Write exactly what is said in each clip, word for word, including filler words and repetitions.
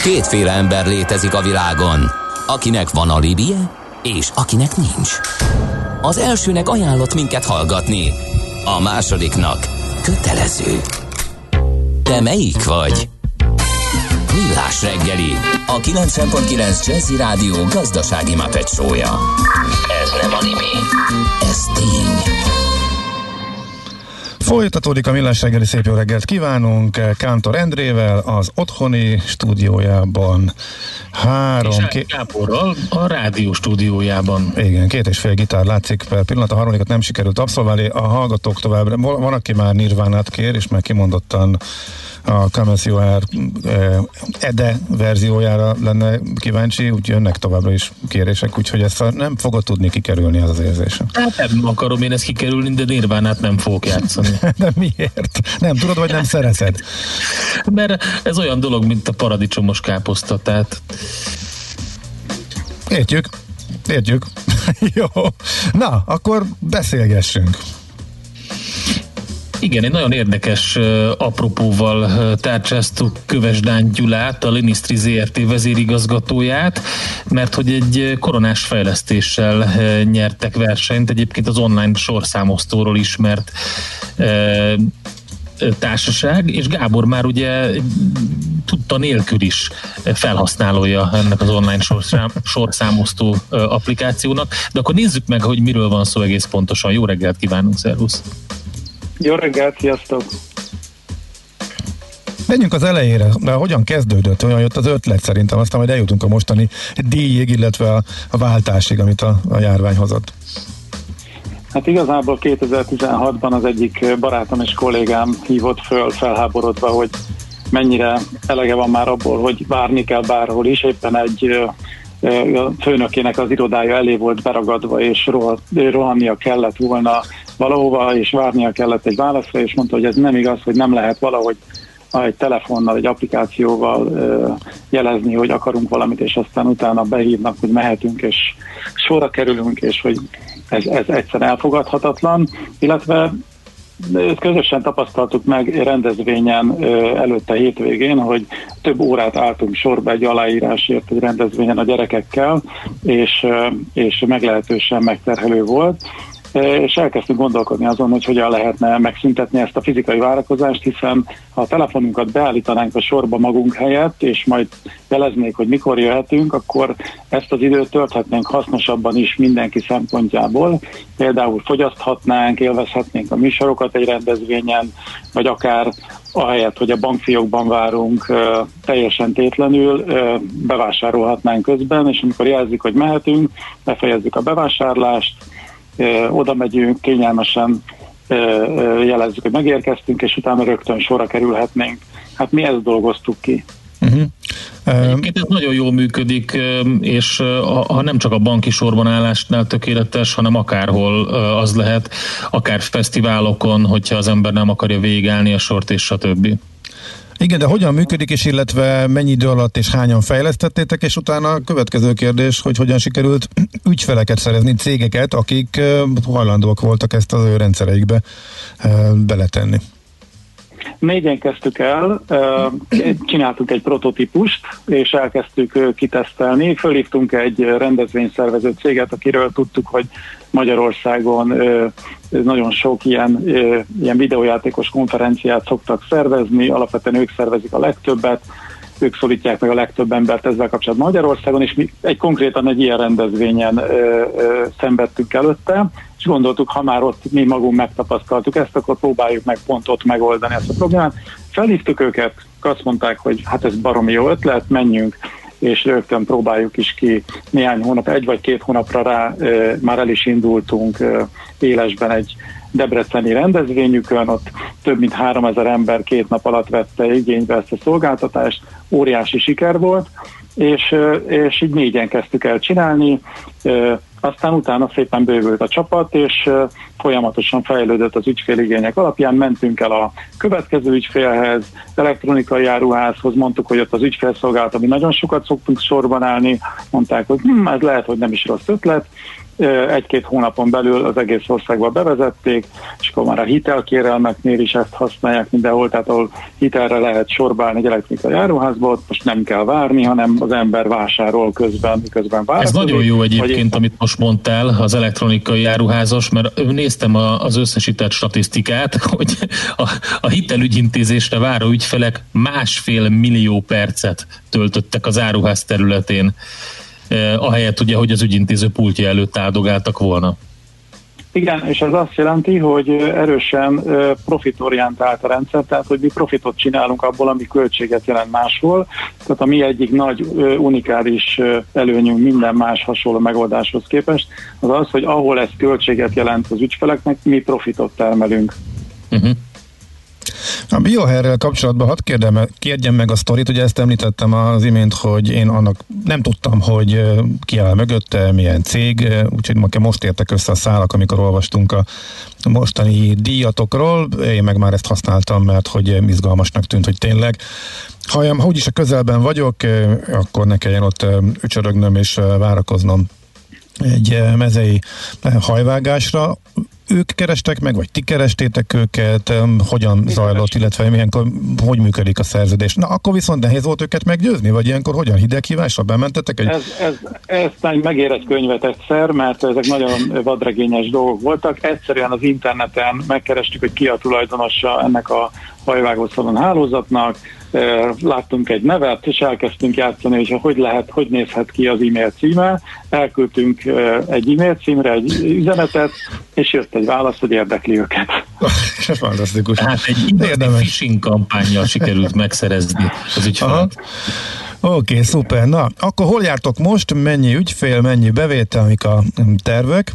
Kétféle ember létezik a világon, akinek van alibije, és akinek nincs. Az elsőnek ajánlott minket hallgatni, a másodiknak kötelező. Te melyik vagy? Millás reggeli, a kilencven pont kilenc Jazzy Rádió gazdasági Muppet show-ja. Ez nem anime, ez tény. Folytatódik a Millás reggeli, szép jó reggelt kívánunk Kántor Endrével az otthoni stúdiójában. Három... És ké... Gáborral a rádió stúdiójában. Igen, két és fél gitár látszik per pillanat, a harmadikat nem sikerült abszolválni, a hallgatók továbbra. Van, aki már Nirvánát kér, és már kimondottan a Come As You Are Ede verziójára lenne kíváncsi, úgy jönnek továbbra is kérések, úgyhogy ezt nem fogod tudni kikerülni, az az érzésem. Hát nem akarom én ezt kikerülni, de Nirvánát nem fogok játszani. De miért? Nem tudod, vagy nem szereted? Mert ez olyan dolog, mint a paradicsomos káposzta, tehát... Értjük, értjük. Jó. Na, akkor beszélgessünk. Igen, egy nagyon érdekes uh, apropóval uh, tárcsáztuk Kövesdány Gyulát, a Linisztri zé er té vezérigazgatóját, mert hogy egy koronás fejlesztéssel uh, nyertek versenyt, egyébként az online sorszámosztóról ismert uh, társaság, és Gábor már ugye tudta nélkül is felhasználója ennek az online sorszám, sorszámosztó uh, applikációnak, de akkor nézzük meg, hogy miről van szó egész pontosan. Jó reggelt kívánunk, szervusz! Jó reggelt, sziasztok! Menjünk az elejére, de hogyan kezdődött, olyan jött az ötlet szerintem, aztán majd eljutunk a mostani díjig, illetve a, a váltásig, amit a, a járvány hozott. Hát igazából kétezer-tizenhatban az egyik barátom és kollégám hívott föl felháborodva, hogy mennyire elege van már abból, hogy várni kell bárhol is, éppen egy a főnökének az irodája elé volt beragadva, és rohannia kellett volna valahova, és várnia kellett egy válaszra, és mondta, hogy ez nem igaz, hogy nem lehet valahogy egy telefonnal, egy applikációval jelezni, hogy akarunk valamit, és aztán utána behívnak, hogy mehetünk, és sorra kerülünk, és hogy ez, ez egyszerűen elfogadhatatlan, illetve közösen tapasztaltuk meg rendezvényen előtte hétvégén, hogy több órát álltunk sorba egy aláírásért egy rendezvényen a gyerekekkel, és, és meglehetősen megterhelő volt, és elkezdtünk gondolkodni azon, hogy hogyan lehetne megszüntetni ezt a fizikai várakozást, hiszen ha a telefonunkat beállítanánk a sorba magunk helyett, és majd jeleznék, hogy mikor jöhetünk, akkor ezt az időt tölthetnénk hasznosabban is mindenki szempontjából. Például fogyaszthatnánk, élvezhetnénk a műsorokat egy rendezvényen, vagy akár ahelyett, hogy a bankfiókban várunk teljesen tétlenül, bevásárolhatnánk közben, és amikor jelzik, hogy mehetünk, befejezzük a bevásárlást, oda megyünk, kényelmesen jelezzük, hogy megérkeztünk, és utána rögtön sorra kerülhetnénk. Hát mi ezt dolgoztuk ki. Uh-huh. Egyébként ez nagyon jól működik, és ha nem csak a banki sorban állásnál tökéletes, hanem akárhol az lehet, akár fesztiválokon, hogyha az ember nem akarja végigállni a sort, és stb. Igen, de hogyan működik, és illetve mennyi idő alatt és hányan fejlesztettétek, és utána a következő kérdés, hogy hogyan sikerült ügyfeleket szerezni, cégeket, akik hajlandóak voltak ezt az ő rendszereikbe beletenni. Négyen kezdtük el, csináltunk egy prototípust, és elkezdtük kitesztelni. Fölhívtunk egy rendezvényszervező céget, akiről tudtuk, hogy Magyarországon nagyon sok ilyen, ilyen videójátékos konferenciát szoktak szervezni, alapvetően ők szervezik a legtöbbet, ők szólítják meg a legtöbb embert ezzel kapcsolatban Magyarországon, és mi egy konkrétan egy ilyen rendezvényen ö, ö, szenvedtünk előtte, és gondoltuk, ha már ott mi magunk megtapasztaltuk ezt, akkor próbáljuk meg pont ott megoldani ezt a problémát. Felhívtuk őket, azt mondták, hogy hát ez baromi jó ötlet, menjünk, és rögtön próbáljuk is ki. Néhány hónap, egy vagy két hónapra rá ö, már el is indultunk ö, élesben egy debreceni rendezvényükön, ott több mint háromezer ember két nap alatt vette igénybe ezt a szolgáltatást, óriási siker volt, és, és így négyen kezdtük el csinálni, aztán utána szépen bővült a csapat, és folyamatosan fejlődött az ügyféligények alapján, mentünk el a következő ügyfélhez, elektronikai áruházhoz, mondtuk, hogy ott az ügyfélszolgálat, ami nagyon sokat szoktunk sorban állni, mondták, hogy hm, ez lehet, hogy nem is rossz ötlet, egy-két hónapon belül az egész országban bevezették, és akkor már a hitelkérelmeknél is ezt használják mindenhol, tehát ahol hitelre lehet sorba állni egy elektronikai áruházba, ott most nem kell várni, hanem az ember vásárol közben, miközben várakozik. Ez nagyon jó egyébként, amit most mondtál, az elektronikai áruházas, mert néztem az összesített statisztikát, hogy a, a hitelügyintézésre váró ügyfelek másfél millió percet töltöttek az áruház területén, ahelyett ugye, hogy az ügyintéző pultja előtt áldogáltak volna. Igen, és ez azt jelenti, hogy erősen profitorientált a rendszer, tehát hogy mi profitot csinálunk abból, ami költséget jelent máshol. Tehát a mi egyik nagy unikális előnyünk minden más hasonló megoldáshoz képest, az az, hogy ahol ez költséget jelent az ügyfeleknek, mi profitot termelünk. Uh-huh. A BioHairrel kapcsolatban hadd kérdem, kérdjem meg a sztorit, ugye ezt említettem az imént, hogy én annak nem tudtam, hogy ki áll mögötte, milyen cég, úgyhogy most értek össze a szálak, amikor olvastunk a mostani díjatokról, én meg már ezt használtam, mert hogy izgalmasnak tűnt, hogy tényleg ha, ha úgyis a közelben vagyok, akkor ne kelljen ott ücsörögnöm és várakoznom egy mezei hajvágásra. Ők kerestek meg, vagy ti kerestétek őket, hogyan Mi zajlott, kerestek. Illetve milyenkor, hogy működik a szerződés? Na, akkor viszont nehéz volt őket meggyőzni, vagy ilyenkor hogyan hideghívásra bementetek? Egy... Ez, ez, ez megér egy könyvet egyszer, mert ezek nagyon vadregényes dolgok voltak. Egyszerűen az interneten megkerestük, hogy ki a tulajdonosa ennek a hajvágószalon hálózatnak, láttunk egy nevet, és elkezdtünk játszani, hogy hogy lehet, hogy nézhet ki az e-mail címe. Elküldtünk egy e-mail címre egy üzenetet, és jött egy válasz, hogy érdekli őket. Ez fantasztikus. Hát egy phishing kampánnyal sikerült megszerezni az ügyfelet. Oké, okay, szuper. Na, akkor hol jártok most? Mennyi ügyfél, mennyi bevétel, amik a tervek?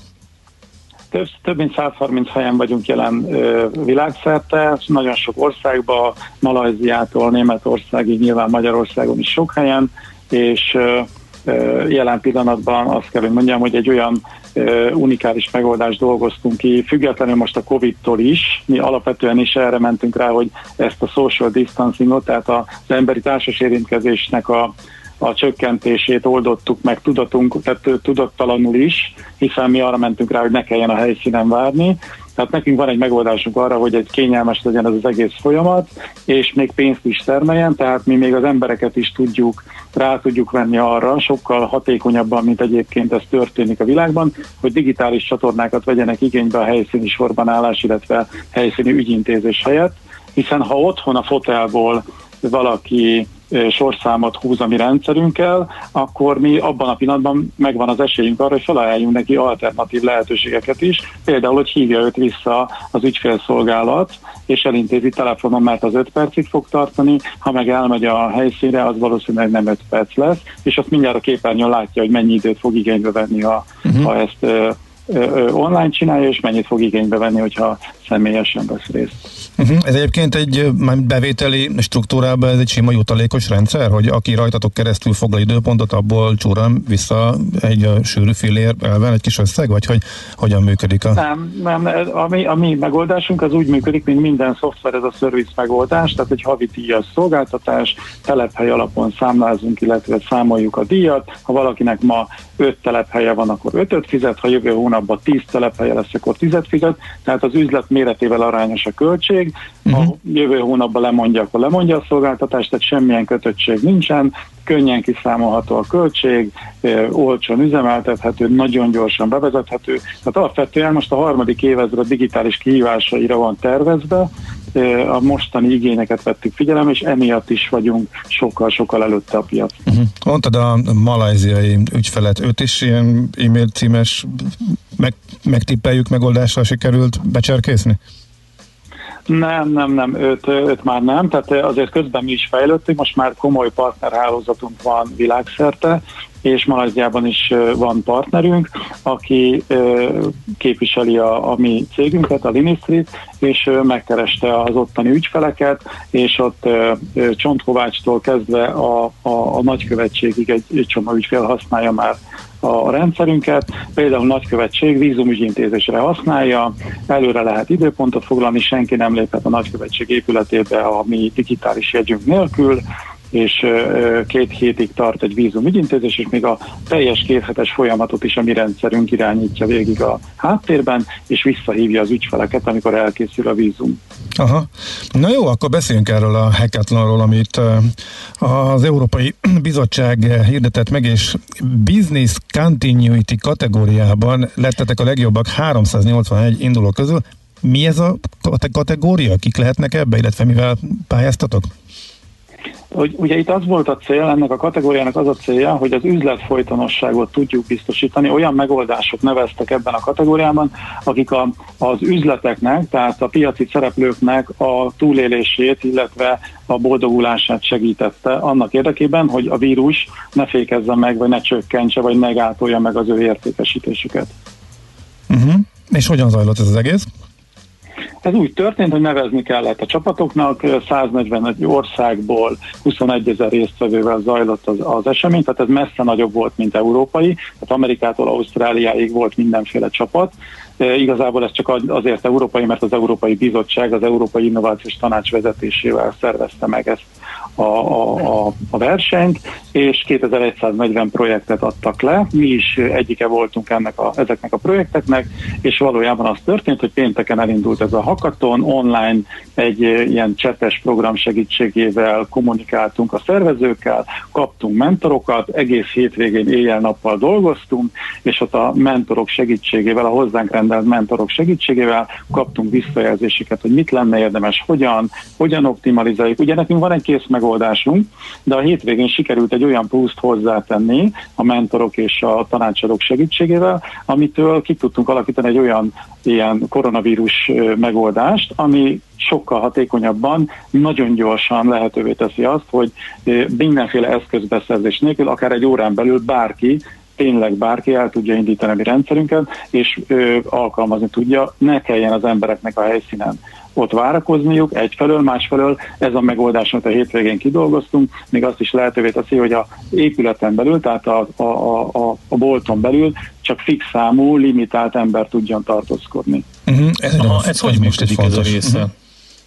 Több, több mint száz harminc helyen vagyunk jelen ö, világszerte, nagyon sok országban, Malajziától Németországig, nyilván Magyarországon is sok helyen, és ö, ö, jelen pillanatban azt kell, hogy mondjam, hogy egy olyan ö, unikális megoldást dolgoztunk ki, függetlenül most a Covid-tól is, mi alapvetően is erre mentünk rá, hogy ezt a social distancingot, tehát az emberi társas érintkezésnek a a csökkentését oldottuk meg tudatunk, tehát tudattalanul is, hiszen mi arra mentünk rá, hogy ne kelljen a helyszínen várni. Tehát nekünk van egy megoldásunk arra, hogy egy kényelmes legyen ez az egész folyamat, és még pénzt is termeljen, tehát mi még az embereket is tudjuk, rá tudjuk venni arra, sokkal hatékonyabban, mint egyébként ez történik a világban, hogy digitális csatornákat vegyenek igénybe a helyszíni sorban állás, illetve helyszíni ügyintézés helyett, hiszen ha otthon a fotelból valaki sorszámot húz a mi rendszerünkkel, akkor mi abban a pillanatban megvan az esélyünk arra, hogy felajánljunk neki alternatív lehetőségeket is, például, hogy hívja őt vissza az ügyfélszolgálat, és elintézi telefonon, mert az öt percig fog tartani, ha meg elmegy a helyszínre, az valószínűleg nem öt perc lesz, és azt mindjárt a képernyőn látja, hogy mennyi időt fog igénybe venni, ha, uh-huh. ha ezt ö, ö, online csinálja, és mennyit fog igénybe venni, hogyha személyesen vesz részt. Uh-huh. Ez egyébként egy bevételi struktúrában ez egy sima jutalékos rendszer, hogy aki rajtatok keresztül foglal időpontot, abból csúran vissza egy a sűrű fillér elven egy kis összeg, vagy hogy hogyan működik a... Nem, nem, a mi, a mi megoldásunk az úgy működik, mint minden szoftver, ez a service megoldás, tehát egy havi díjas szolgáltatás, telephely alapon számlázunk, illetve számoljuk a díjat, ha valakinek ma öt telephelye van, akkor ötöt fizet, ha jövő hónapban tíz telephelye lesz, akkor tízet fizet, tehát az üzlet méretével arányos a költség. Uh-huh. Ha jövő hónapban lemondja, akkor lemondja a szolgáltatást, tehát semmilyen kötöttség nincsen, könnyen kiszámolható a költség, olcsón üzemeltethető, nagyon gyorsan bevezethető. Tehát alapvetően most a harmadik évezred digitális kihívásaira van tervezve, a mostani igényeket vettük figyelembe, és emiatt is vagyunk sokkal-sokkal előtte a piac. Uh-huh. Mondtad a malajziai ügyfelet, őt is ilyen e-mail címes meg, megtippeljük megoldással sikerült becserkészni? Nem, nem, nem, őt, őt már nem, tehát azért közben mi is fejlődtünk, most már komoly partnerhálózatunk van világszerte, és Malajziában is van partnerünk, aki képviseli a, a mi cégünket, a Linistrit, és megkereste az ottani ügyfeleket, és ott Csontkovácstól kezdve a, a, a nagykövetségig egy, egy csomó ügyfél használja már a rendszerünket. Például nagykövetség vízumügyintézésre használja, előre lehet időpontot foglalni, senki nem léphet a nagykövetség épületébe a mi digitális jegyünk nélkül, és két hétig tart egy vízum ügyintézés, és még a teljes kéthetes folyamatot is a mi rendszerünk irányítja végig a háttérben, és visszahívja az ügyfeleket, amikor elkészül a vízum. Aha. Na jó, akkor beszéljünk erről a hackathonról, amit az Európai Bizottság hirdetett meg, és Business Continuity kategóriában lettetek a legjobbak háromszáznyolcvanegy induló közül. Mi ez a kategória? Kik lehetnek ebbe, illetve mivel pályáztatok? Ugye itt az volt a cél, ennek a kategóriának az a célja, hogy az üzletfolytonosságot tudjuk biztosítani. Olyan megoldások neveztek ebben a kategóriában, akik a, az üzleteknek, tehát a piaci szereplőknek a túlélését, illetve a boldogulását segítette annak érdekében, hogy a vírus ne fékezze meg, vagy ne csökkentse, vagy ne gátolja meg az ő értékesítésüket. Uh-huh. És hogyan zajlott ez az egész? Ez úgy történt, hogy nevezni kellett a csapatoknak, száznegyvenegy országból huszonegyezer résztvevővel zajlott az, az esemény, tehát ez messze nagyobb volt, mint európai, tehát Amerikától Ausztráliáig volt mindenféle csapat. E, igazából ez csak azért európai, mert az Európai Bizottság az Európai Innovációs Tanács vezetésével szervezte meg ezt a, a, a, a versenyt, és kétezer-száznegyven projektet adtak le. Mi is egyike voltunk ennek a, ezeknek a projekteknek, és valójában az történt, hogy pénteken elindult ez a hackathon, online egy ilyen csetes program segítségével kommunikáltunk a szervezőkkel, kaptunk mentorokat, egész hétvégén éjjel-nappal dolgoztunk, és ott a mentorok segítségével, a hozzánk rendelt mentorok segítségével kaptunk visszajelzéseket, hogy mit lenne érdemes, hogyan, hogyan optimalizáljuk. Ugye nekünk van egy kész megoldásunk, de a hétvégén sikerült egy olyan pluszt hozzátenni a mentorok és a tanácsadók segítségével, amitől ki tudtunk alakítani egy olyan ilyen koronavírus megoldást, ami sokkal hatékonyabban, nagyon gyorsan lehetővé teszi azt, hogy mindenféle eszközbeszerzés nélkül, akár egy órán belül bárki, tényleg bárki el tudja indítani a mi rendszerünket, és ö, alkalmazni tudja, ne kelljen az embereknek a helyszínen ott várakozniuk, egyfelől, másfelől ez a megoldás, amit a hétvégén kidolgoztunk, még azt is lehetővé teszi, hogy a épületen belül, tehát a, a, a, a bolton belül csak fix számú, limitált ember tudjon tartózkodni. Uh-huh. Ez, Aha, ez hogy működik ez a része? Uh-huh.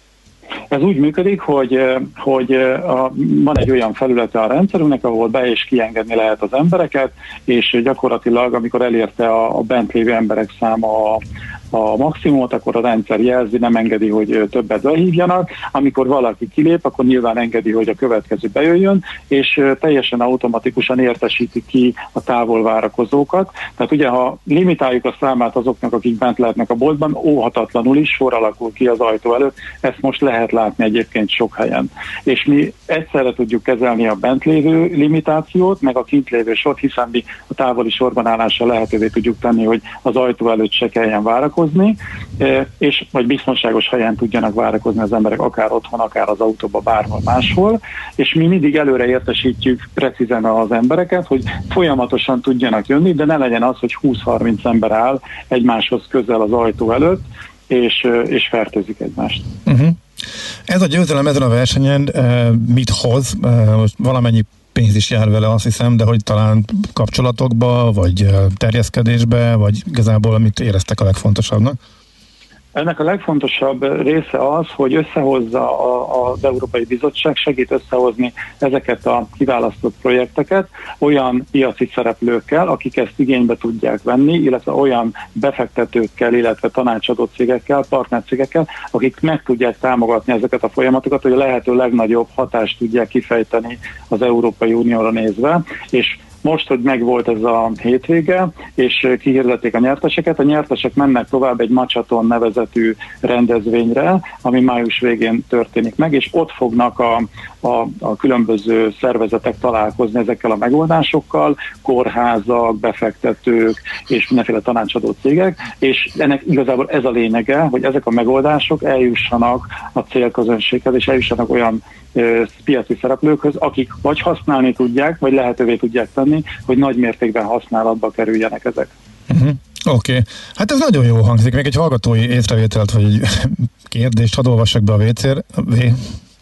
Ez úgy működik, hogy, hogy a, van egy olyan felülete a rendszerünknek, ahol be és kiengedni lehet az embereket, és gyakorlatilag, amikor elérte a, a bent lévő emberek száma a, a maximumot, akkor a rendszer jelzi, nem engedi, hogy többet behívjanak. Amikor valaki kilép, akkor nyilván engedi, hogy a következő bejöjjön, és teljesen automatikusan értesíti ki a távol várakozókat. Tehát ugye, ha limitáljuk a számát azoknak, akik bent lehetnek a boltban, óhatatlanul is sor alakul ki az ajtó előtt. Ezt most lehet látni egyébként sok helyen. És mi egyszerre tudjuk kezelni a bent lévő limitációt, meg a kint lévő sort, hiszen mi a távoli sorban állással lehetővé tudjuk tenni, hogy az ajtó előtt se kelljen várakozni, és vagy biztonságos helyen tudjanak várakozni az emberek, akár otthon, akár az autóba, bárhol máshol, és mi mindig előre értesítjük precízen az embereket, hogy folyamatosan tudjanak jönni, de ne legyen az, hogy húsz-harminc ember áll egymáshoz közel az ajtó előtt, és, és fertőzik egymást. Uh-huh. Ez a győzelem ezen a versenyen mit hoz? Most valamennyi pénz is jár vele, azt hiszem, de hogy talán kapcsolatokba, vagy terjeszkedésbe, vagy igazából mit éreztek a legfontosabbnak? Ennek a legfontosabb része az, hogy összehozza a, az Európai Bizottság, segít összehozni ezeket a kiválasztott projekteket olyan piaci szereplőkkel, akik ezt igénybe tudják venni, illetve olyan befektetőkkel, illetve tanácsadó cégekkel, partnercégekkel, akik meg tudják támogatni ezeket a folyamatokat, hogy a lehető legnagyobb hatást tudják kifejteni az Európai Unióra nézve, és most, hogy megvolt ez a hétvége, és kihirdették a nyerteseket, a nyertesek mennek tovább egy Macsaton nevezetű rendezvényre, ami május végén történik meg, és ott fognak a, a, a különböző szervezetek találkozni ezekkel a megoldásokkal, kórházak, befektetők és mindenféle tanácsadó cégek, és ennek igazából ez a lényege, hogy ezek a megoldások eljussanak a célközönséghez, és eljussanak olyan ö, piaci szereplőkhöz, akik vagy használni tudják, vagy lehetővé tudják tenni, hogy nagy mértékben használatba kerüljenek ezek. Uh-huh. Oké. Okay. Hát ez nagyon jó hangzik. Még egy hallgatói észrevételt, vagy egy kérdést hadd olvassak be a vécér. Vé...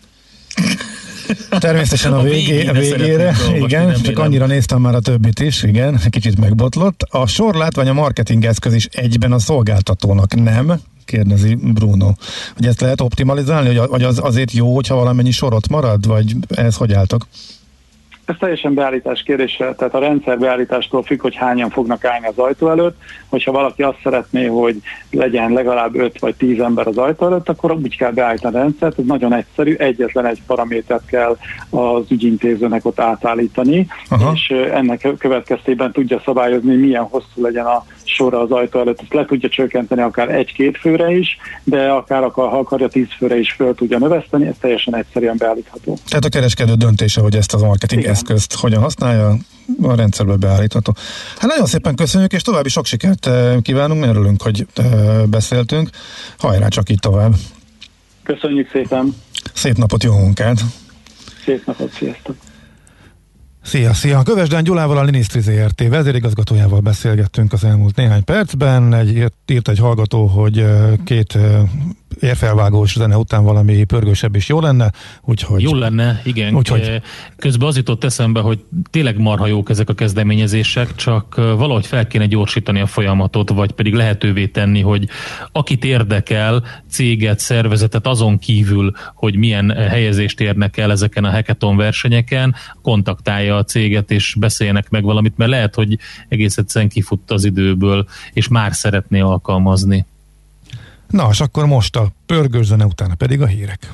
Természetesen a, a, végé, a végére, igen, csak annyira néztem már a többit is, igen, kicsit megbotlott. A sorlátvány a marketing eszköz is egyben a szolgáltatónak, nem? kérdezi Bruno. Hogy ezt lehet optimalizálni, vagy az azért jó, hogyha valamennyi sorot marad, vagy ehhez hogy álltok? Ez teljesen beállítás kérdése, tehát a rendszer beállítástól függ, hogy hányan fognak állni az ajtó előtt. Hogyha valaki azt szeretné, hogy legyen legalább öt vagy tíz ember az ajtó előtt, akkor úgy kell beállítani a rendszert. Ez nagyon egyszerű, egyetlen egy paramétert kell az ügyintézőnek ott átállítani, Aha. és ennek következtében tudja szabályozni, milyen hosszú legyen a sorra az ajtó előtt. Ezt le tudja csökkenteni akár egy-két főre is, de akár akar, ha akarja tíz főre is föl tudja növeszteni, ez teljesen egyszerűen beállítható. Tehát a kereskedő döntése, hogy ezt az marketing Igen. eszközt hogyan használja, a rendszerbe beállítható. Hát nagyon szépen köszönjük, és további sok sikert kívánunk, örülünk, hogy beszéltünk. Hajrá, csak így tovább. Köszönjük szépen. Szép napot, jó munkát. Szép napot, sziasztok. Szia, szia! Kövesdán Gyulával, a Linisztri zé er té vezérigazgatójával beszélgettünk az elmúlt néhány percben. Egy, írt egy hallgató, hogy két érfelvágós zene után valami pörgősebb is jó lenne, úgyhogy... Jó lenne, igen. Úgyhogy... Közben az jutott eszembe, hogy tényleg marha jók ezek a kezdeményezések, csak valahogy fel kéne gyorsítani a folyamatot, vagy pedig lehetővé tenni, hogy akit érdekel, céget, szervezetet azon kívül, hogy milyen helyezést érnek el ezeken a hackathon versenyeken, kontaktálja a céget, és beszéljenek meg valamit, mert lehet, hogy egész egyszerűen kifutt az időből, és már szeretné alkalmazni. Na, és akkor most a pörgős zene, utána pedig a hírek.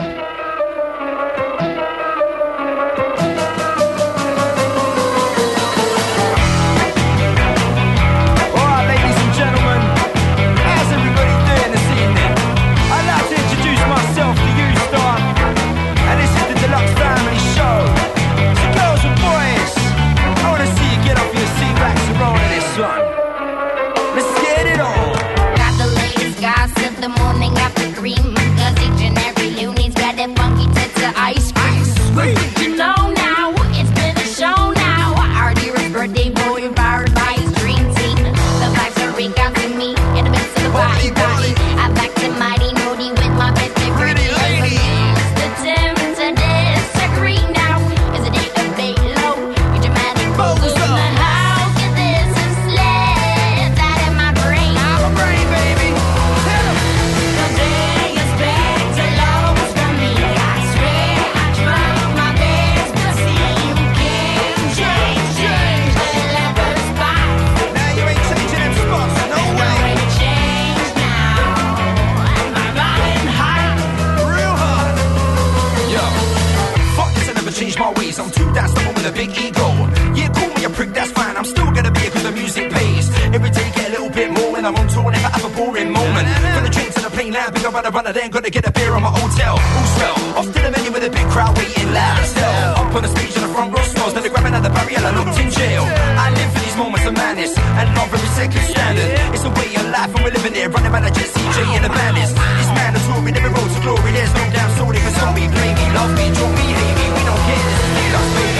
Then gonna get a beer on my hotel. All swell. Off to the menu with a big crowd waiting loud as hell. Up on the stage in the front row smells. Then they grabbing at the barrier. I looked in jail. I live for these moments of madness and not very second standard. It's a way of life and we're living it. Running by the Jet C J in the madness. This mandatory never road to glory. There's no down story for some me. Play me, love me, drop me, hate me. We don't care. This is me, lost baby.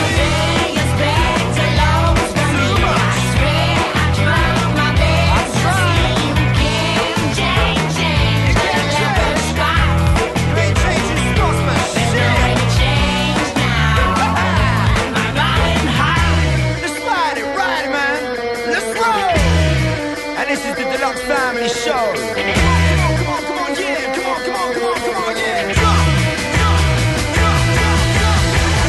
Family show. Come on, come on, yeah. Come on, come on, come on, come on, yeah. Jump, jump, jump, jump, jump.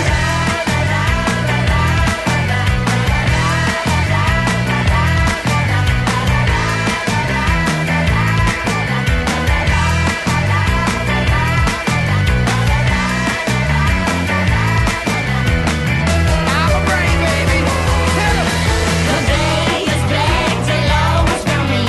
I'm a brain, baby. The day is black to lows from me.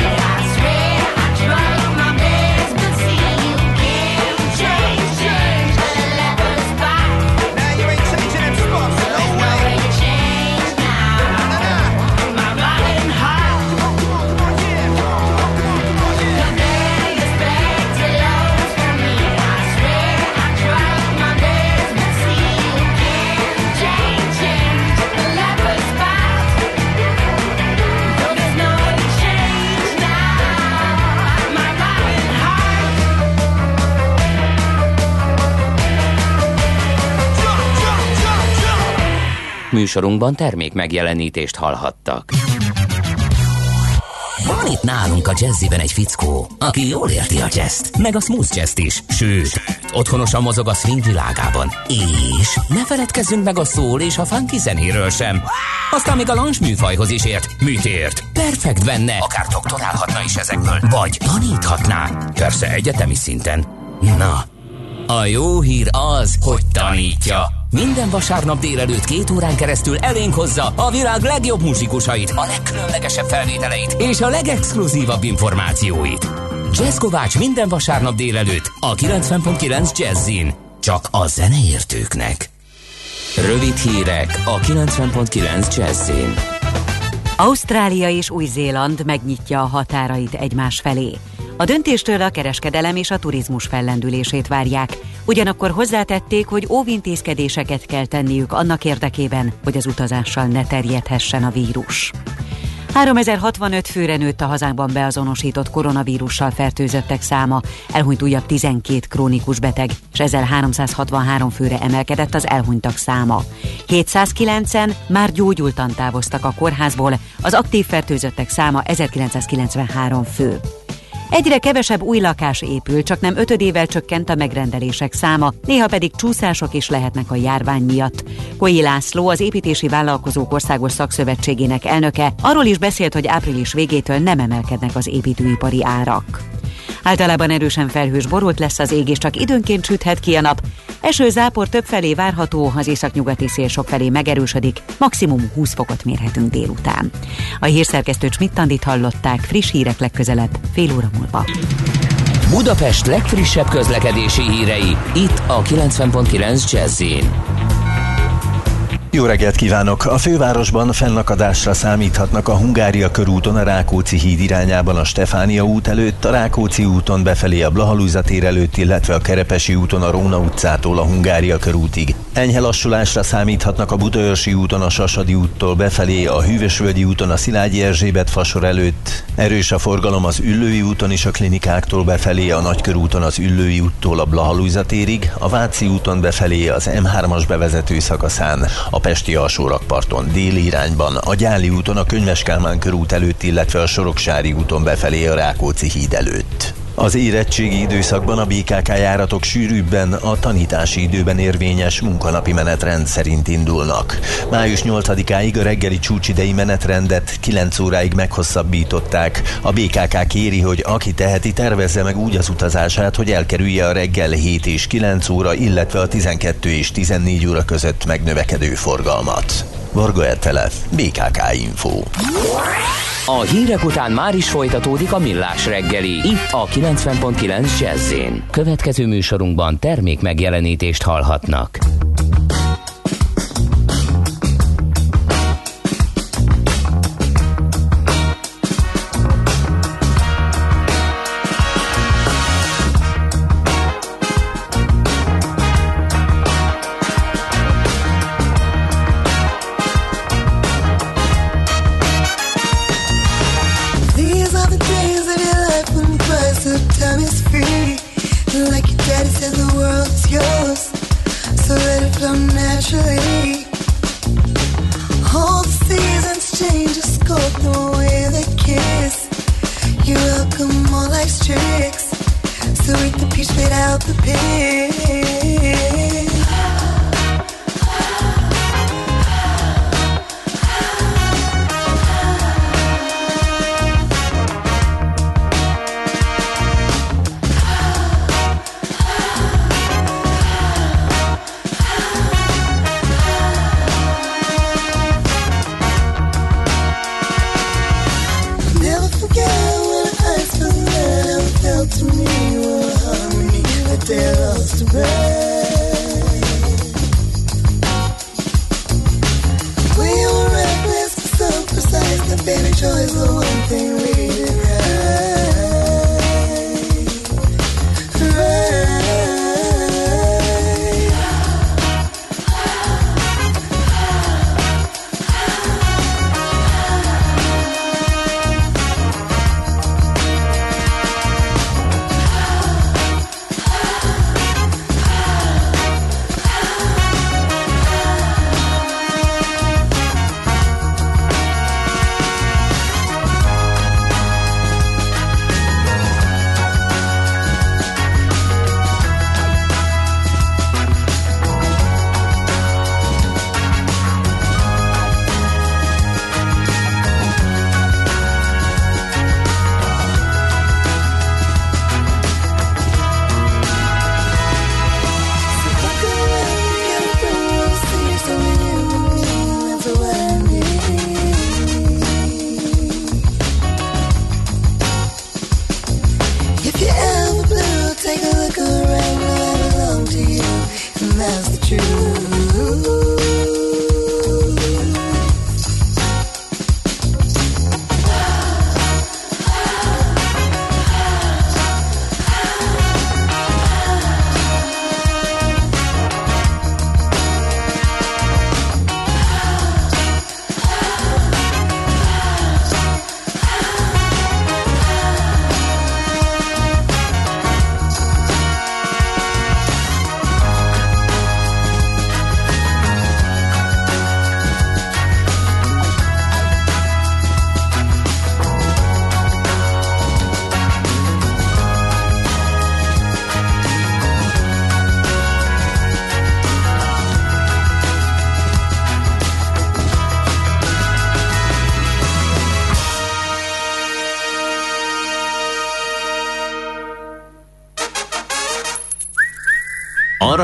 Műsorunkban termék megjelenítést hallhattak. Van itt nálunk a Jazziben egy fickó, aki jól érti a jazzt, meg a smooth jazzt is, sőt, otthonosan mozog a swing világában. És ne feledkezzünk meg a soul és a funky zenéről sem. Aztán még a lounge műfajhoz is ért. Mit ért? Perfekt benne, akár doktorálhatna is ezekből, vagy taníthatná. Persze egyetemi szinten. Na, a jó hír az, hogy tanítja. Minden vasárnap délelőtt két órán keresztül elénk hozza a világ legjobb muzsikusait, a legkülönlegesebb felvételeit és a legexkluzívabb információit. Jazz Kovács minden vasárnap délelőtt a kilencven pont kilenc Jazzin. Csak a zeneértőknek. Rövid hírek a kilencven pont kilenc Jazzin. Ausztrália és Új-Zéland megnyitja a határait egymás felé. A döntéstől a kereskedelem és a turizmus fellendülését várják. Ugyanakkor hozzátették, hogy óvintézkedéseket kell tenniük annak érdekében, hogy az utazással ne terjedhessen a vírus. háromezer-hatvanöt főre nőtt a hazánkban beazonosított koronavírussal fertőzöttek száma, elhunyt újabb tizenkét krónikus beteg, és ezzel háromszázhatvanhárom főre emelkedett az elhunytak száma. hétszázkilencen már gyógyultan távoztak a kórházból, az aktív fertőzöttek száma ezerkilencszázkilencvenhárom fő. Egyre kevesebb új lakás épül, csak nem ötödével csökkent a megrendelések száma, néha pedig csúszások is lehetnek a járvány miatt. Koi László, az Építési Vállalkozók Országos Szakszövetségének elnöke arról is beszélt, hogy április végétől nem emelkednek az építőipari árak. Általában erősen felhős, borult lesz az ég, és csak időnként süthet ki a nap. Eső-zápor többfelé várható, az északnyugati szél sokfelé megerősödik, maximum húsz fokot mérhetünk délután. A hírszerkesztő Schmidt-Andit hallották, friss hírek legközelebb, fél óra múlva. Budapest legfrissebb közlekedési hírei, itt a kilencven pont kilenc Jazzin. Jó reggelt kívánok! A fővárosban fennakadásra számíthatnak a Hungária körúton a Rákóczi híd irányában a Stefánia út előtt, a Rákóczi úton befelé a Blaha-Lujza tér előtt, illetve a Kerepesi úton a Róna utcától a Hungária körútig. Enyhe lassulásra számíthatnak a Budaörsi úton a Sasadi úttól befelé, a Hűvösvölgyi úton a Szilágyi Erzsébet fasor előtt. Erős a forgalom az Üllői úton is a klinikáktól befelé, a Nagykörúton az Üllői úttól a Blaha-Lujza térig, a Váci úton befelé az em hármas bevezető szakaszán, a Pesti alsórakparton déli irányban, a Gyáli úton a Könyves Kálmán körút előtt, illetve a Soroksári úton befelé a Rákóczi híd előtt. Az érettségi időszakban a bé ká ká járatok sűrűbben a tanítási időben érvényes munkanapi menetrend szerint indulnak. május nyolcadikáig a reggeli csúcsidei menetrendet kilenc óráig meghosszabbították. A bé ká ká kéri, hogy aki teheti, tervezze meg úgy az utazását, hogy elkerülje a reggel hét és kilenc óra, illetve a tizenkettő és tizennégy óra között megnövekedő forgalmat. Varga Ertelef, bé ká ká Info. A hírek után már is folytatódik a Millás reggeli, itt a kilencven pont kilenc Jazzin. Következő műsorunkban termék megjelenítést hallhatnak.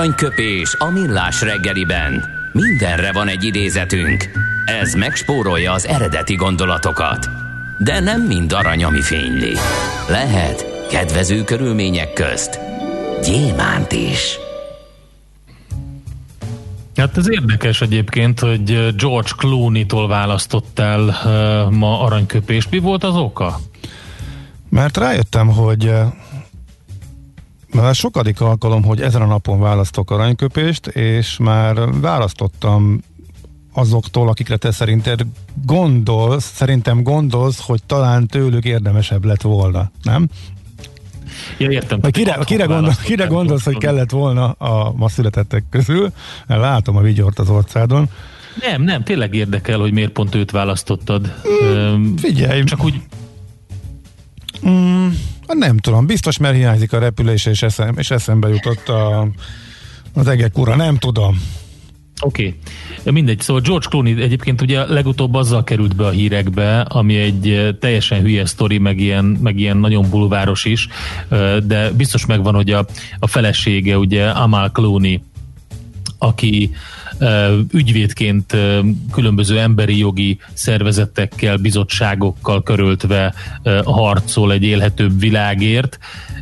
Aranyköpés a millás reggeliben. Mindenre van egy idézetünk. Ez megspórolja az eredeti gondolatokat. De nem mind arany, ami fényli. Lehet kedvező körülmények közt gyémánt is. Hát ez érdekes egyébként, hogy George Clooney-tól választottál uh, ma aranyköpést. Mi volt az oka? Mert rájöttem, hogy már sokadik alkalom, hogy ezen a napon választok aranyköpést, és már választottam azoktól, akikre te szerinted gondolsz, szerintem gondolsz, hogy talán tőlük érdemesebb lett volna, nem? Ja, értem. Vagy kire, kire, gondol, kire gondolsz, hogy kellett volna a ma születettek közül? Mert látom a vigyort az orcádon. Nem, nem, tényleg érdekel, hogy miért pont őt választottad. Mm, figyelj! Csak úgy... Mm, nem tudom, biztos, mert hiányzik a repülés, és, eszem, és eszembe jutott a, az egek ura, nem tudom. Oké, okay. Mindegy, szóval George Clooney egyébként ugye legutóbb azzal került be a hírekbe, ami egy teljesen hülye sztori, meg ilyen, meg ilyen nagyon bulváros is, de biztos megvan, hogy a, a felesége ugye Amal Clooney, aki ügyvédként különböző emberi jogi szervezetekkel, bizottságokkal köröltve harcol egy élhetőbb világért,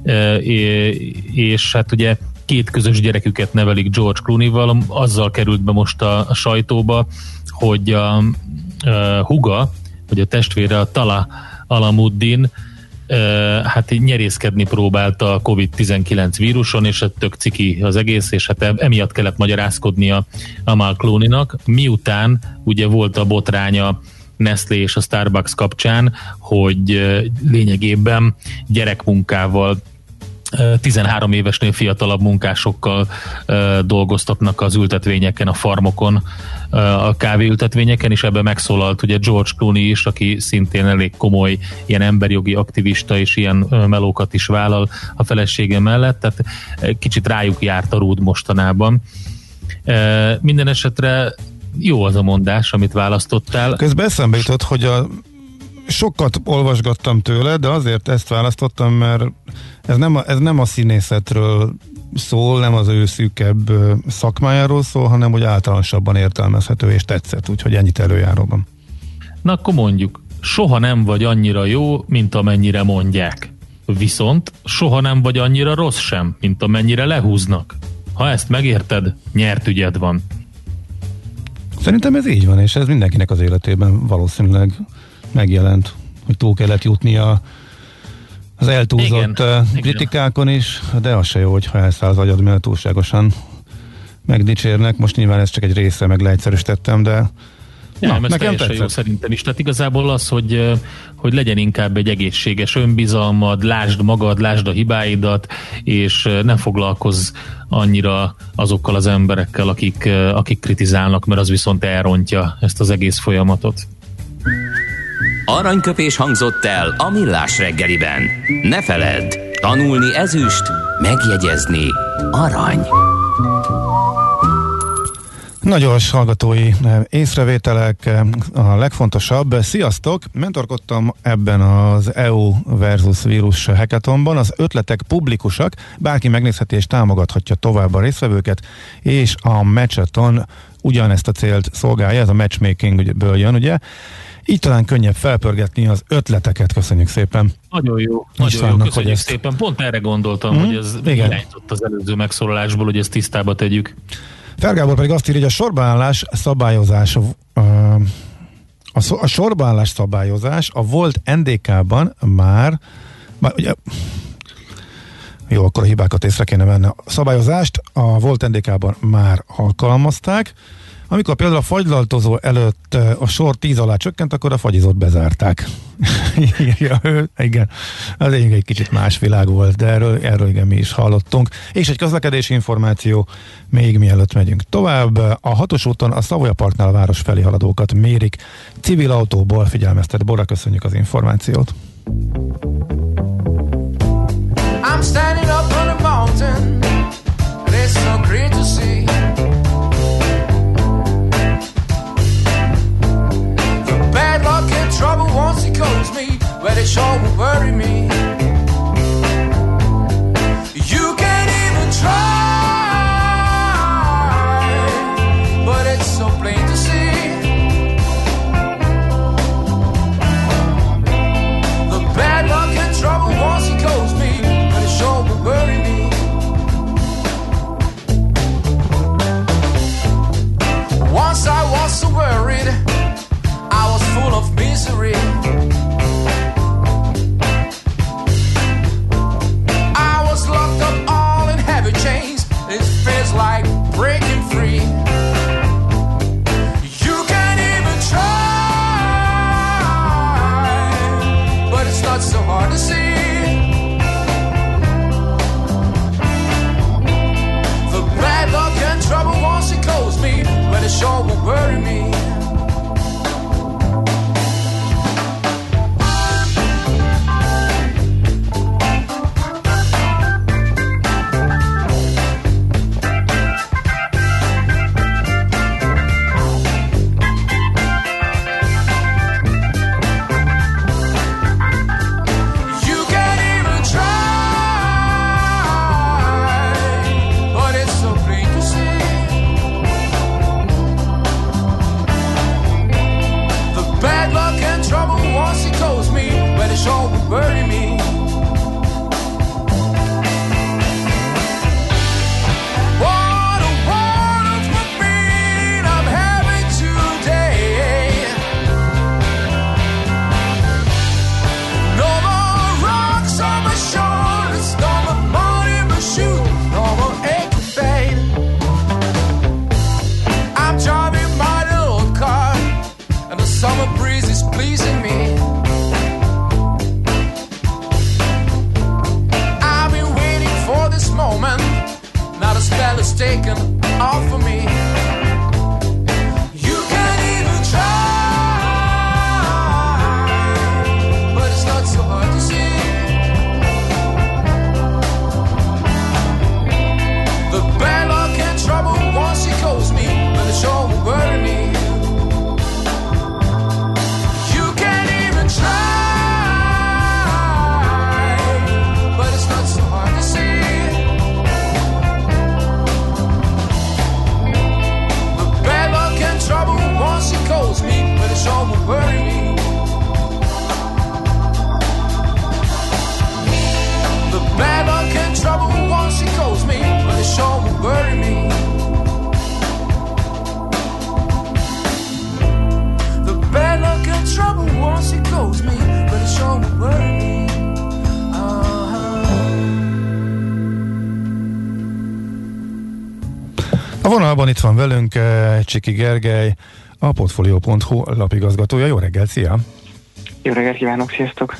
és hát ugye két közös gyereküket nevelik George Clooney-val, azzal került be most a, a sajtóba, hogy a, a húga, vagy a testvére, a Tala Alamuddin hát nyerészkedni próbálta a kovid tizenkilenc víruson, és tök ciki az egész, és hát emiatt kellett magyarázkodnia Amal Clooney-nak, miután ugye volt a botránya Nestlé és a Starbucks kapcsán, hogy lényegében gyerekmunkával, tizenhárom évesnél fiatalabb munkásokkal uh, dolgoztatnak az ültetvényeken, a farmokon, uh, a kávéültetvényeken, és ebben megszólalt ugye George Clooney is, aki szintén elég komoly ilyen emberjogi aktivista, és ilyen uh, melókat is vállal a felesége mellett, tehát uh, kicsit rájuk járt a rúd mostanában. Uh, minden esetre jó az a mondás, amit választottál. Közben eszembe jutott, hogy a sokat olvasgattam tőle, de azért ezt választottam, mert ez nem a, ez nem a színészetről szól, nem az ő szűkebb szakmájáról szól, hanem hogy általánosabban értelmezhető és tetszett, úgyhogy ennyit előjáróban. Na akkor mondjuk, soha nem vagy annyira jó, mint amennyire mondják. Viszont soha nem vagy annyira rossz sem, mint amennyire lehúznak. Ha ezt megérted, nyert ügyed van. Szerintem ez így van, és ez mindenkinek az életében valószínűleg megjelent, hogy túl kellett jutni a, az eltúlzott igen, kritikákon igen. is, de az se jó, hogyha elszáll az agyad, mert túlságosan megdicsérnek. Most nyilván ez csak egy része, meg leegyszerűsítettem, de ja, na, ez nekem tetszett. Jó szerintem is. Tehát igazából az, hogy, hogy legyen inkább egy egészséges önbizalmad, lásd magad, lásd a hibáidat, és nem foglalkozz annyira azokkal az emberekkel, akik, akik kritizálnak, mert az viszont elrontja ezt az egész folyamatot. Aranyköpés hangzott el a millás reggeliben. Ne feledd, tanulni ezüst, megjegyezni arany. Nagyon hallgatói észrevételek a legfontosabb. Sziasztok! Mentorkodtam ebben az é u versus vírus hackathonban. Az ötletek publikusak, bárki megnézheti és támogathatja tovább a résztvevőket, és a Matchathon ugyanezt a célt szolgálja, ez a matchmakingből jön, ugye? Így talán könnyebb felpörgetni az ötleteket. Köszönjük szépen. Nagyon jó, nagyon jó, köszönjük ezt... szépen. Pont erre gondoltam, hmm? hogy ez hiányzott az előző megszólalásból, hogy ezt tisztába tegyük. Felgábor pedig azt írja, hogy a sorbaállás szabályozás a, a sorbaállás szabályozás a volt en dé ká-ban már, már ugye, jó, akkor a hibákat észre kéne venni. A szabályozást a volt en dé ká-ban már alkalmazták. Amikor például a fagylaltozó előtt a sor tíz alá csökkent, akkor a fagyizót bezárták. ja, igen, az egy, egy kicsit más világ volt, de erről, erről igen mi is hallottunk. És egy közlekedési információ, még mielőtt megyünk tovább. A hatos úton a Savoya Parknál a város felé haladókat mérik. Civil autóból figyelmeztet Bora, köszönjük az információt. I'm standing up on a mountain. It's so great to see. Bad luck and trouble once it goes me, but it sure will worry me. You can't even try sure will bury me. Summer breeze is pleasing me. I've been waiting for this moment. Not a spell is taken off of me. You can't even try, but it's not so hard to see. The bad luck and trouble once it goes me, but it sure will bury me. Me, but it sure will bury me. The bad luck and trouble once it goes me, but it sure will bury me. The bad luck and trouble once it goes me, but it sure will bury me. A vonalban itt van velünk Csiki Gergely, a Portfolio pont hu lapigazgatója. Jó reggelt, szia! Jó reggelt kívánok, sziasztok!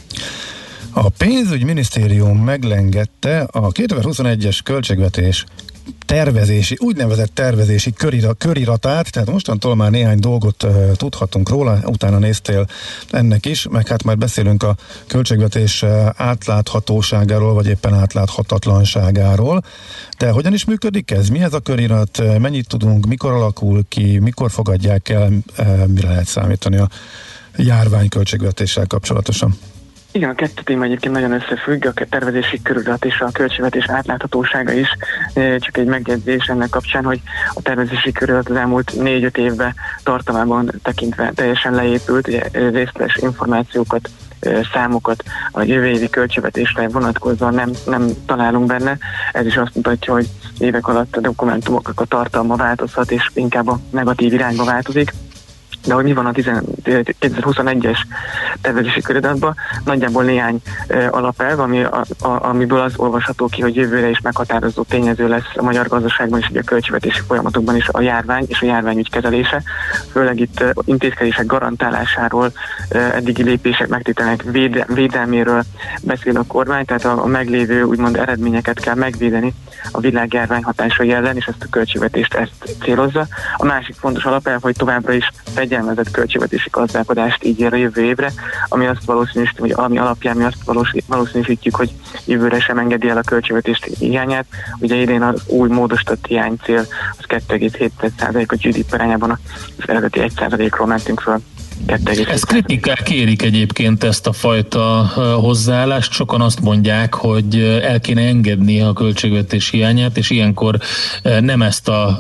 A pénzügyminisztérium meglengette a kétezer-huszonegyes költségvetés tervezési, úgynevezett tervezési körira, köriratát, tehát mostantól már néhány dolgot uh, tudhatunk róla, utána néztél ennek is, meg hát majd beszélünk a költségvetés uh, átláthatóságáról, vagy éppen átláthatatlanságáról. De hogyan is működik ez? Mi ez a körirat? Mennyit tudunk? Mikor alakul ki? Mikor fogadják el? Uh, mire lehet számítani a járvány költségvetéssel kapcsolatosan? Igen, a kettő téma egyébként nagyon összefügg, a tervezési körület és a költségvetés átláthatósága is. Csak egy megjegyzés ennek kapcsán, hogy a tervezési körület az elmúlt négy-öt évben tartalmában tekintve teljesen leépült, ugye részletes információkat, számokat a jövő évi költségvetésre vonatkozóan nem, nem találunk benne. Ez is azt mutatja, hogy évek alatt a dokumentumoknak a tartalma változhat, és inkább a negatív irányba változik. De hogy mi van a kétezer-huszonegyes tervezési köriratban, nagyjából néhány e, alapelv, ami, a, a, amiből az olvasható ki, hogy jövőre is meghatározó tényező lesz a magyar gazdaságban és a költségvetési folyamatokban is a járvány és a járványügy kezelése. Főleg itt e, intézkedések garantálásáról, e, eddigi lépések megtételnek véde, védelméről beszél a kormány, tehát a, a meglévő úgymond eredményeket kell megvédeni a világjárvány hatásai ellen, és ezt a költségvetést ezt célozza. A másik fontos alapelv, hogy továbbra is fegyelmezett költségvetési gazdálkodást így ér a jövő évre, ami azt valószínűsít, hogy ami alapján mi azt valószínűsítjük, hogy jövőre sem engedi el a költségvetés hiányát. Ugye idén az új módosított hiánycél az kettő egész hét százalék a gé dé pé arányában, az eredeti egy százalékról mentünk föl. Ezt kritikák kérik egyébként, ezt a fajta hozzáállást. Sokan azt mondják, hogy el kéne engedni a költségvetés hiányát, és ilyenkor nem ezt a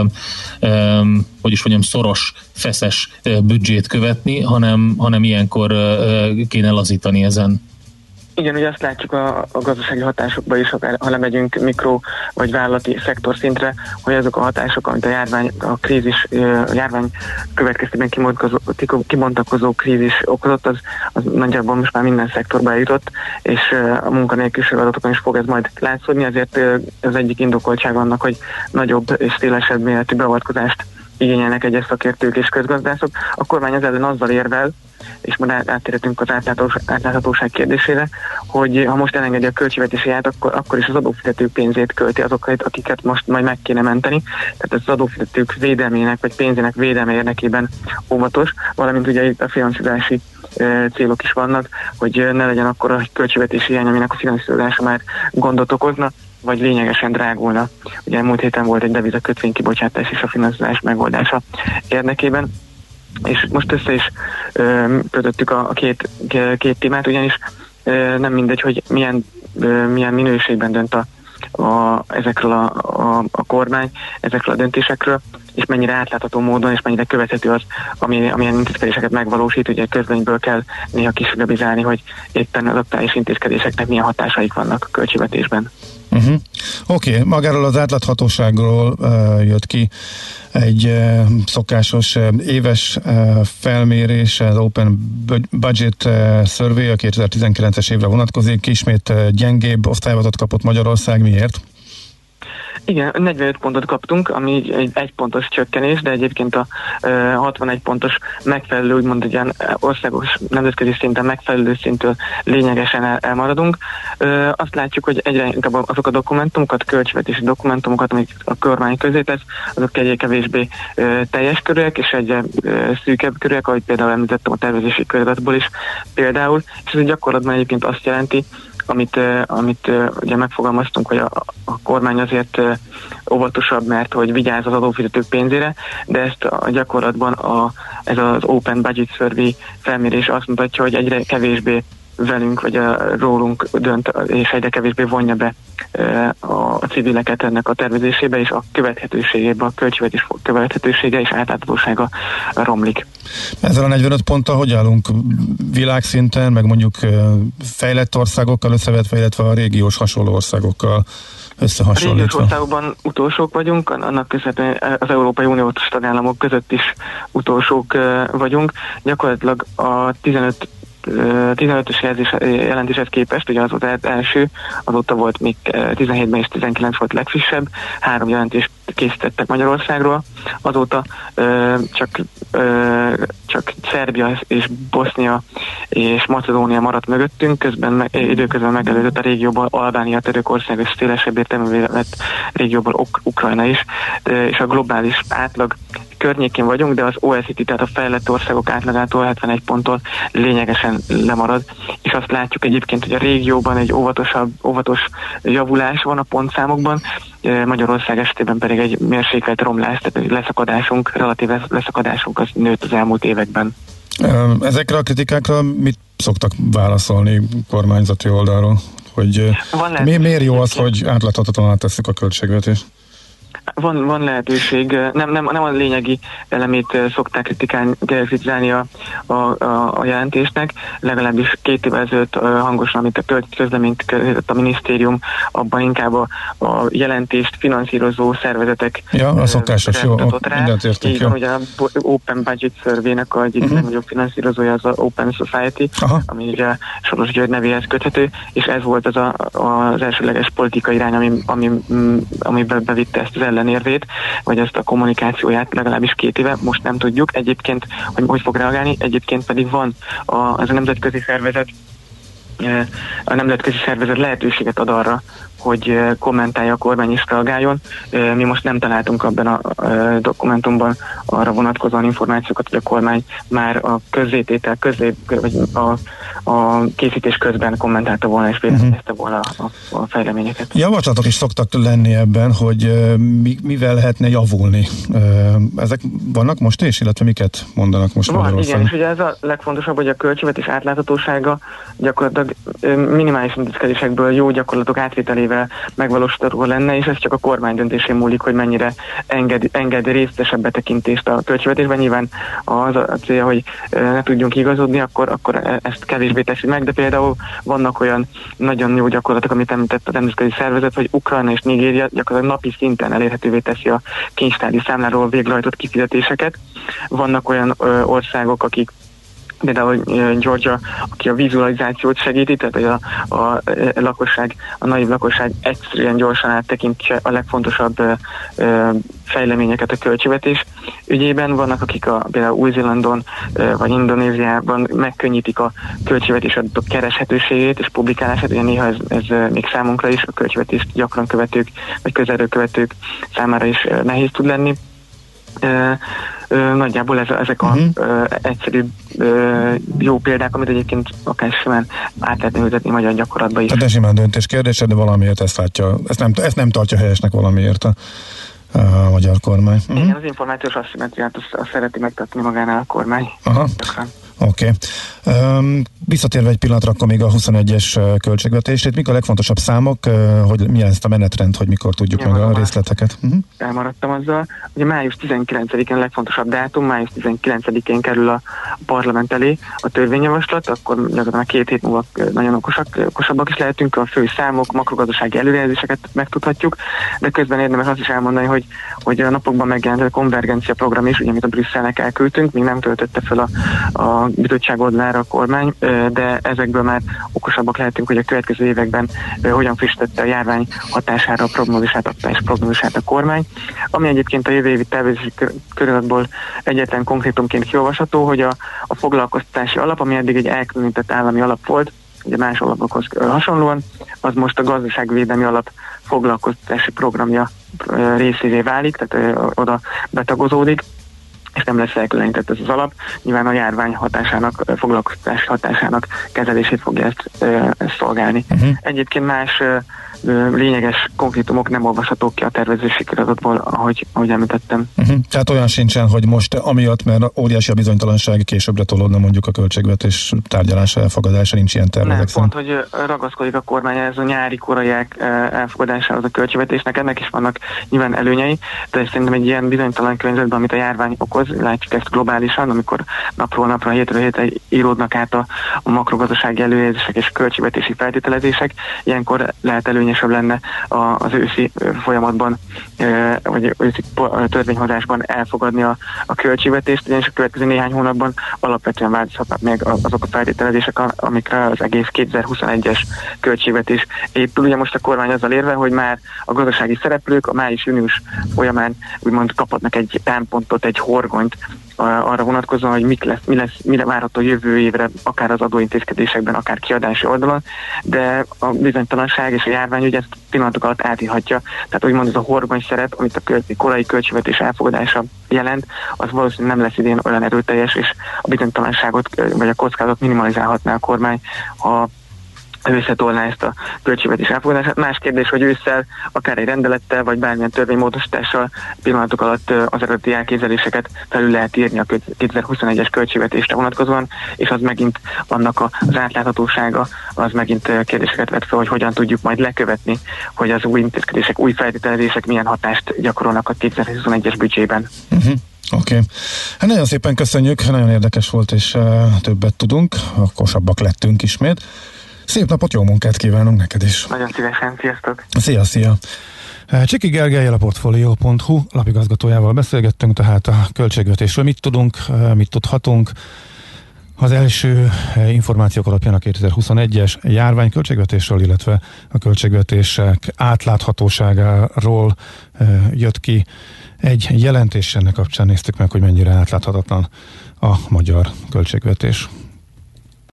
hogy is mondjam, szoros, feszes büdzsét követni, hanem, hanem ilyenkor kéne lazítani ezen. Igen, ugye azt látjuk a, a gazdasági hatásokban is, ha lemegyünk mikro vagy vállalati szektor szintre, hogy azok a hatások, amit a járvány, a krízis, a járvány következtében kibontakozó krízis okozott, az, az nagyjából most már minden szektorba eljutott, és a munkanélküliség adatokon is fog ez majd látszódni, ezért az egyik indokoltság annak, hogy nagyobb és szélesebb méretű beavatkozást igényelnek egyes szakértők és közgazdászok. A kormány az ellen azzal érvel, és majd áttérhetünk az átláthatóság kérdésére, hogy ha most elengedi a költségvetési ját, akkor, akkor is az adófizetők pénzét költi azokat, akiket most majd meg kéne menteni. Tehát az adófizetők védelmének vagy pénzének védelme érdekében óvatos, valamint ugye itt a finanszírozási e, célok is vannak, hogy ne legyen akkor a költségvetési hiány, aminek a finanszírozása már gondot okozna, vagy lényegesen drágulna. Ugye múlt héten volt egy deviza kötvénykibocsátás és a finanszírozás megoldása érdekében. És most össze is ö, kötöttük a, a két, két témát, ugyanis ö, nem mindegy, hogy milyen, ö, milyen minőségben dönt a a, ezekről a, a, a kormány, ezekről a döntésekről, és mennyire átlátható módon, és mennyire követhető az, ami, amilyen intézkedéseket megvalósít. Ugye közbönyből kell néha kisülebizálni, hogy éppen az aktuális intézkedéseknek milyen hatásaik vannak a költségvetésben. Uh-huh. Oké, okay. Magáról az átláthatóságról uh, jött ki egy uh, szokásos uh, éves uh, felmérés, az Open Budget uh, Survey, a kétezer-tizenkilences évre vonatkozik, ismét uh, gyengébb osztályzatot kapott Magyarország. Miért? Igen, negyvenöt pontot kaptunk, ami egy, egy pontos csökkenés, de egyébként a e, hatvanegy pontos megfelelő, úgymond egy ilyen országos, nemzetközi szinten megfelelő szintől lényegesen el, elmaradunk. E, azt látjuk, hogy egyre inkább azok a dokumentumokat, költségvetési dokumentumokat, amik a kormány közé tesz, azok egyre kevésbé e, teljes körűek, és egyre e, szűkebb körűek, ahogy például említettem a tervezési köradatból is például, és ez gyakorlatban egyébként azt jelenti, amit, amit ugye megfogalmaztunk, hogy a, a kormány azért óvatosabb, mert hogy vigyáz az adófizetők pénzére, de ezt a gyakorlatban a, ez az Open Budget Survey felmérés azt mutatja, hogy egyre kevésbé velünk, vagy a, rólunk dönt, és egyre kevésbé vonja be a, a civileket ennek a tervezésébe, és a követhetőségébe, a költségvetés követhetősége és átláthatósága romlik. Ezzel a negyvenöt ponttal hogy állunk világszinten, meg mondjuk fejlett országokkal összevetve, illetve a régiós hasonló országokkal összehasonlítva? A régiós országokban utolsók vagyunk, annak közvetlenül az Európai Uniós tagállamok között is utolsók vagyunk. Gyakorlatilag a tizenöt tizenötös jelzés, jelentéshez képest, ugye az volt az első, azóta volt még tizenhétben és tizenkilenc volt legfrissebb, három jelentést készítettek Magyarországról, azóta ö, csak, ö, csak Szerbia és Bosznia és Macedónia maradt mögöttünk, közben me, időközben megelőzött a régióból Albánia, Törökország és szélesebb értelművé lett régióból Uk- Ukrajna is, és a globális átlag környékén vagyunk, de az o e cé dé, tehát a fejlett országok átlagától hetvenegy ponttól lényegesen lemarad, és azt látjuk egyébként, hogy a régióban egy óvatosabb, óvatos javulás van a pontszámokban, Magyarország esetében pedig egy mérsékelt romlás, tehát egy leszakadásunk, relatív leszakadásunk az nőtt az elmúlt években. Ezekre a kritikákra mit szoktak válaszolni kormányzati oldalról? Hogy mi, miért jó az, hogy átláthatatlanul tesszük a költségvetést? Van, van lehetőség, nem, nem, nem a lényegi elemét szokták kritizálni a, a, a, a jelentésnek, legalábbis két évvel ezelőtt hangosan, amit a közleményt között a minisztérium, abban inkább a, a jelentést finanszírozó szervezetek ja, a szokásos, jó, mindent értünk. Így van, ugye a Open Budget Survey-nek a egyik uh-huh. legnagyobb finanszírozója az a Open Society, aha. ami ugye Soros György nevéhez köthető, és ez volt az a, az elsőleges politikai irány, ami, ami, ami bevitte ezt az ellenérvét, vagy ezt a kommunikációját legalábbis két éve, most nem tudjuk egyébként, hogy hogy fog reagálni, egyébként pedig van a, ez a nemzetközi szervezet, a nemzetközi szervezet lehetőséget ad arra, hogy kommentálja a kormány és reagáljon. Mi most nem találtunk abban a dokumentumban arra vonatkozóan információkat, hogy a kormány már a közzététel, közzé, vagy a, a készítés közben kommentálta volna és véleményezte volna a, a fejleményeket. Javaslatok is szoktak lenni ebben, hogy mi, mivel lehetne javulni. Ezek vannak most is, illetve miket mondanak most Van, igen, és ugye ez a legfontosabb, hogy a költségvetés átláthatósága gyakorlatilag minimális intézkedésekből jó gyakorlatok átvételével megvalósítható lenne, és ez csak a kormány döntésén múlik, hogy mennyire enged, enged részletesebb betekintést a költségvetésben. Nyilván az a célja, hogy ne tudjunk igazodni, akkor, akkor ezt kevésbé teszi meg, de például vannak olyan nagyon jó gyakorlatok, amit említett a nemzetközi szervezet, hogy Ukrajna és Nigéria gyakorlatilag napi szinten elérhetővé teszi a kincstári számláról végrehajtott kifizetéseket. Vannak olyan ö, országok, akik például Georgia, aki a vizualizációt segíti, tehát hogy a, a, a lakosság, a naiv lakosság egyszerűen gyorsan áttekintse a legfontosabb ö, ö, fejleményeket a költségvetés ügyében. Vannak, akik a, például Új-Zélandon ö, vagy Indonéziában megkönnyítik a költségvetés adatok kereshetőségét és publikálását, ugye néha ez, ez még számunkra is, a költségvetést gyakran követők vagy közelről követők számára is nehéz tud lenni. Ö, Ö, nagyjából ez, ezek a uh-huh. ö, egyszerű ö, jó példák, amit egyébként akár simán át lehetne ültetni magyar gyakorlatba is. Tehát simán döntés kérdése, de valamiért ezt látja, ezt nem, ezt nem tartja helyesnek valamiért a, a magyar kormány. Uh-huh. Igen, az információs asszimetriát azt, azt szereti megtartani magánál a kormány. Aha. Oké. Okay. Um, visszatérve egy pillanatra akkor még a huszonegyes költségvetését, mik a legfontosabb számok, uh, hogy milyen ezt a menetrend, hogy mikor tudjuk ja, meg a részleteket? Uh-huh. Elmaradtam azzal. Ugye május tizenkilencedikén a legfontosabb dátum, május tizenkilencedikén kerül a parlament elé a törvényjavaslat, akkor gyakorlatilag két hét múlva nagyon okosak, okosabbak is lehetünk, a fő számok, makrogazdasági előrejelzéseket megtudhatjuk, de közben érdemes azt is elmondani, hogy, hogy a napokban megjelent a konvergencia program is, ugye, amit a Brüsszelnek elküldtünk, még nem töltötte fel a, a bizottság oldalára a kormány, de ezekből már okosabbak lehetünk, hogy a következő években hogyan frissítette a járvány hatására a prognózisát, adta és prognózisát a kormány. Ami egyébként a jövő évi tervezési körülményből egyetlen konkrétumként kiolvasható, hogy a, a foglalkoztatási alap, ami eddig egy elkülönített állami alap volt, ugye más alapokhoz hasonlóan, az most a gazdaságvédelmi alap foglalkoztatási programja részévé válik, tehát oda betagozódik, és nem lesz elkülönített ez az alap. Nyilván a járvány hatásának, foglalkoztatási hatásának kezelését fogja ezt, ezt szolgálni. Uh-huh. Egyébként más lényeges konkrétumok nem olvashatók ki a tervezési kiradatból, ahogy, ahogy említettem. Uh-huh. Tehát olyan sincsen, hogy most amiatt, mert óriási a bizonytalanság, későbbre tolódna mondjuk a költségvetés tárgyalása, elfogadása, nincs ilyen tervezek. Nem, pont, hogy ragaszkodik a kormány ez a nyári korai elfogadásához a költségvetésnek, ennek is vannak nyilván előnyei, de szerintem egy ilyen bizonytalan környezetben, amit a járvány okoz, látjuk ezt globálisan, amikor napról napra, hétről hétre íródnak át a, a makrogazdasági előjelzések és költségvetési feltételezések, ilyenkor lehet előnyösebb lenne az őszi folyamatban, vagy őszi törvényhozásban elfogadni a, a költségvetést, ugyanis a következő néhány hónapban alapvetően változhatnak meg azok a feltételezések, amikre az egész kétezer-huszonegyes költségvetés épül. Ugye most a kormány azzal érve, hogy már a gazdasági szereplők a május-június folyamán úgymond kaphatnak egy támpontot, egy horgonyt arra vonatkozóan, hogy mit lesz, mi lesz, mire várható jövő évre, akár az adóintézkedésekben, akár kiadási oldalon, de a bizonytalanság és a járvány ugye ezt pillanatok alatt átírhatja. Tehát úgymond ez a horgony szerep, amit a költ- korai költségvetés elfogadása jelent, az valószínűleg nem lesz idén olyan erőteljes, és a bizonytalanságot vagy a kockázatot minimalizálhatná a kormány, ha összetolná ezt a költségvetés elfogadását. Más kérdés, hogy ősszel akár egy rendelettel, vagy bármilyen törvénymódosítással pillanatok alatt az eredeti elképzeléseket felül lehet írni a kétezer-huszonegyes költségvetésre vonatkozóan, és az megint annak az átláthatósága, az megint kérdéseket vet fel, hogy hogyan tudjuk majd lekövetni, hogy az új intézkedések, új feltételezések milyen hatást gyakorolnak a kétezer-huszonegyes büdzsében. Uh-huh. Oké. Okay. Hát nagyon szépen köszönjük, nagyon érdekes volt, és uh, többet tudunk, okosabbak lettünk ismét. Szép napot, jó munkát kívánunk neked is. Nagyon szívesen, sziasztok! Szia, szia! Csiki Gergellyel, a Portfolio pont hu lapigazgatójával beszélgettünk, tehát a költségvetésről mit tudunk, mit tudhatunk. Az első információk alapján a kétezer-huszonegyes járvány költségvetésről, illetve a költségvetések átláthatóságáról jött ki egy jelentés, ennek kapcsán néztük meg, hogy mennyire átláthatatlan a magyar költségvetés.